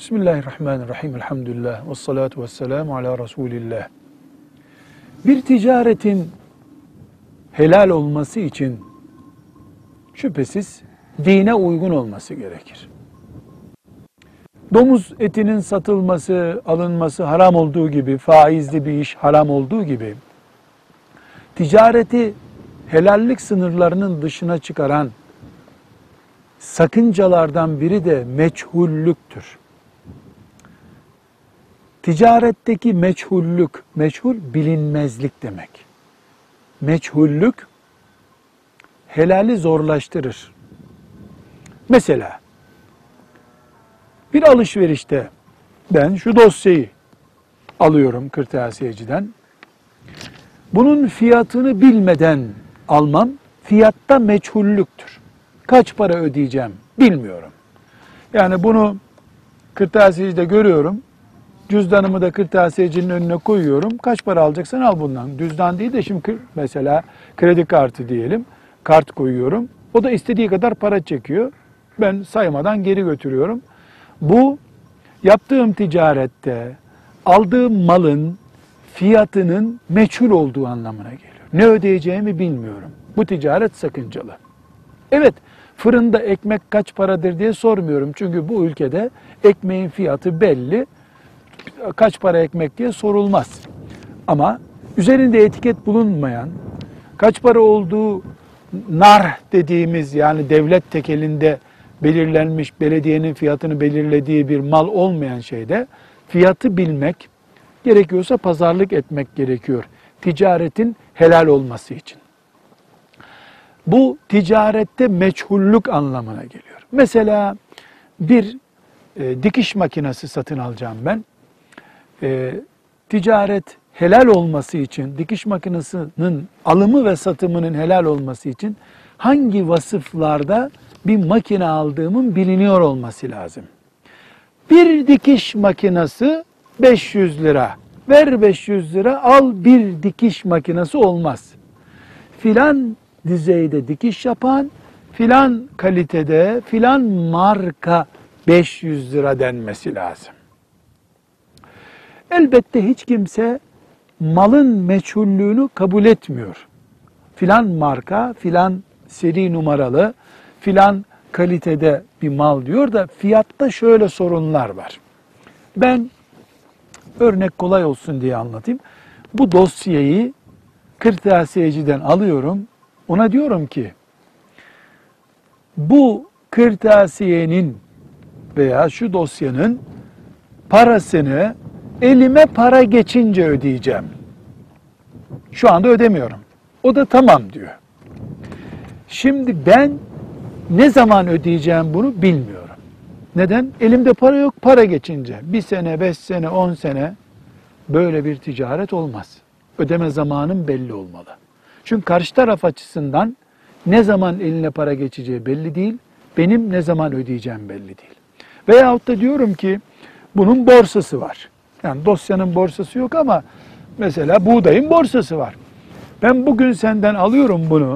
Bismillahirrahmanirrahim. Elhamdülillah. Vessalatu vesselamu ala Resulillah. Bir ticaretin helal olması için şüphesiz dine uygun olması gerekir. Domuz etinin satılması, alınması haram olduğu gibi, faizli bir iş haram olduğu gibi, ticareti helallik sınırlarının dışına çıkaran sakıncalardan biri de meçhullüktür. Ticaretteki meçhullük, meçhul bilinmezlik demek. Meçhullük helali zorlaştırır. Mesela bir alışverişte ben şu dosyayı alıyorum kırtasiyeciden. Bunun fiyatını bilmeden almam fiyatta meçhullüktür. Kaç para ödeyeceğim bilmiyorum. Yani bunu kırtasiyecide görüyorum. Cüzdanımı da kırtasiyecinin önüne koyuyorum. Kaç para alacaksan al bundan. Cüzdan değil de şimdi mesela kredi kartı diyelim. Kart koyuyorum. O da istediği kadar para çekiyor. Ben saymadan geri götürüyorum. Bu yaptığım ticarette aldığım malın fiyatının meçhul olduğu anlamına geliyor. Ne ödeyeceğimi bilmiyorum. Bu ticaret sakıncalı. Evet, fırında ekmek kaç paradır diye sormuyorum. Çünkü bu ülkede ekmeğin fiyatı belli. Kaç para ekmek diye sorulmaz. Ama üzerinde etiket bulunmayan, kaç para olduğu nar dediğimiz, yani devlet tekelinde belirlenmiş, belediyenin fiyatını belirlediği bir mal olmayan şeyde fiyatı bilmek, gerekiyorsa pazarlık etmek gerekiyor ticaretin helal olması için. Bu ticarette meçhullük anlamına geliyor. Mesela bir dikiş makinesi satın alacağım ben. Ticaret helal olması için, dikiş makinesinin alımı ve satımının helal olması için hangi vasıflarda bir makine aldığımın biliniyor olması lazım. Bir dikiş makinesi 500 lira. Ver 500 lira, al bir dikiş makinesi olmaz. Filan düzeyde dikiş yapan, filan kalitede, filan marka 500 lira denmesi lazım. Elbette hiç kimse malın meçhullüğünü kabul etmiyor. Filan marka, filan seri numaralı, filan kalitede bir mal diyor da fiyatta şöyle sorunlar var. Ben örnek kolay olsun diye anlatayım. Bu dosyayı kırtasiyeciden alıyorum. Ona diyorum ki bu kırtasiyenin veya şu dosyanın parasını elime para geçince ödeyeceğim. Şu anda ödemiyorum. O da tamam diyor. Şimdi ben ne zaman ödeyeceğim bunu bilmiyorum. Neden? Elimde para yok, para geçince. 1 sene, 5 sene, 10 sene böyle bir ticaret olmaz. Ödeme zamanım belli olmalı. Çünkü karşı taraf açısından ne zaman eline para geçeceği belli değil, benim ne zaman ödeyeceğim belli değil. Veyahut da diyorum ki bunun borsası var. Yani dosyanın borsası yok ama mesela buğdayın borsası var. Ben bugün senden alıyorum bunu.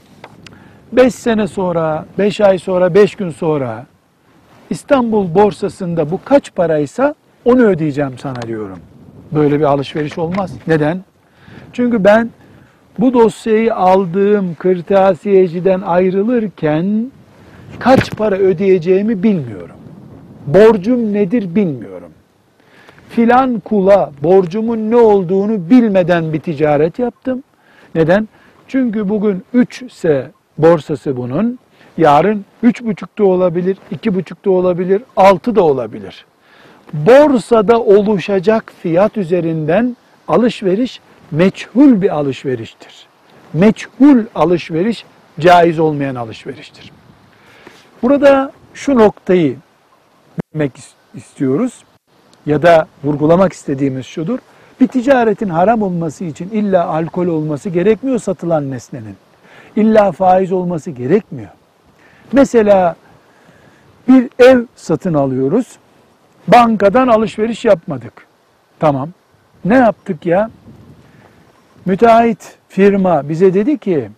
5 sene sonra, 5 ay sonra, 5 gün sonra İstanbul borsasında bu kaç paraysa onu ödeyeceğim sana diyorum. Böyle bir alışveriş olmaz. Neden? Çünkü ben bu dosyayı aldığım kırtasiyeciden ayrılırken kaç para ödeyeceğimi bilmiyorum. Borcum nedir bilmiyorum. Filan kula borcumun ne olduğunu bilmeden bir ticaret yaptım. Neden? Çünkü bugün 3 ise borsası bunun, yarın 3,5'da olabilir, 2,5'da olabilir, 6 da olabilir. Borsada oluşacak fiyat üzerinden alışveriş meçhul bir alışveriştir. Meçhul alışveriş caiz olmayan alışveriştir. Burada şu noktayı bilmek istiyoruz ya da vurgulamak istediğimiz şudur. Bir ticaretin haram olması için illa alkol olması gerekmiyor satılan nesnenin. İlla faiz olması gerekmiyor. Mesela bir ev satın alıyoruz. Bankadan alışveriş yapmadık. Tamam. Ne yaptık ya? Müteahhit firma bize dedi ki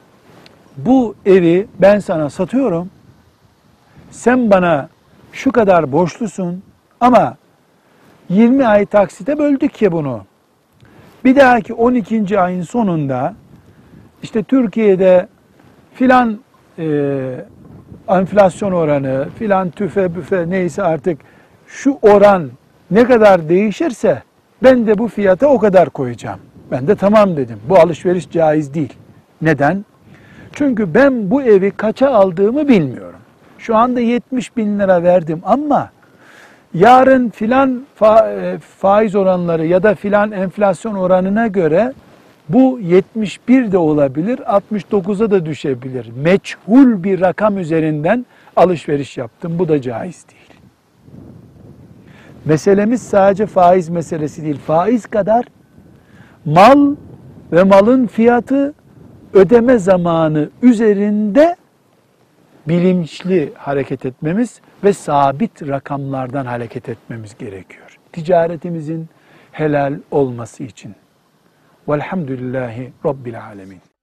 bu evi ben sana satıyorum. Sen bana şu kadar borçlusun Ama 20 ay taksite böldük ya bunu. Bir dahaki 12. ayın sonunda işte Türkiye'de filan enflasyon oranı, filan tüfe büfe neyse artık şu oran ne kadar değişirse ben de bu fiyata o kadar koyacağım. Ben de tamam dedim. Bu alışveriş caiz değil. Neden? Çünkü ben bu evi kaça aldığımı bilmiyorum. Şu anda 70 bin lira verdim ama yarın filan faiz oranları ya da filan enflasyon oranına göre bu 71 de olabilir, 69'a da düşebilir. Meçhul bir rakam üzerinden alışveriş yaptım. Bu da caiz değil. Meselemiz sadece faiz meselesi değil. Faiz kadar mal ve malın fiyatı ödeme zamanı üzerinde bilinçli hareket etmemiz ve sabit rakamlardan hareket etmemiz gerekiyor. Ticaretimizin helal olması için. Velhamdülillahi Rabbil alemin.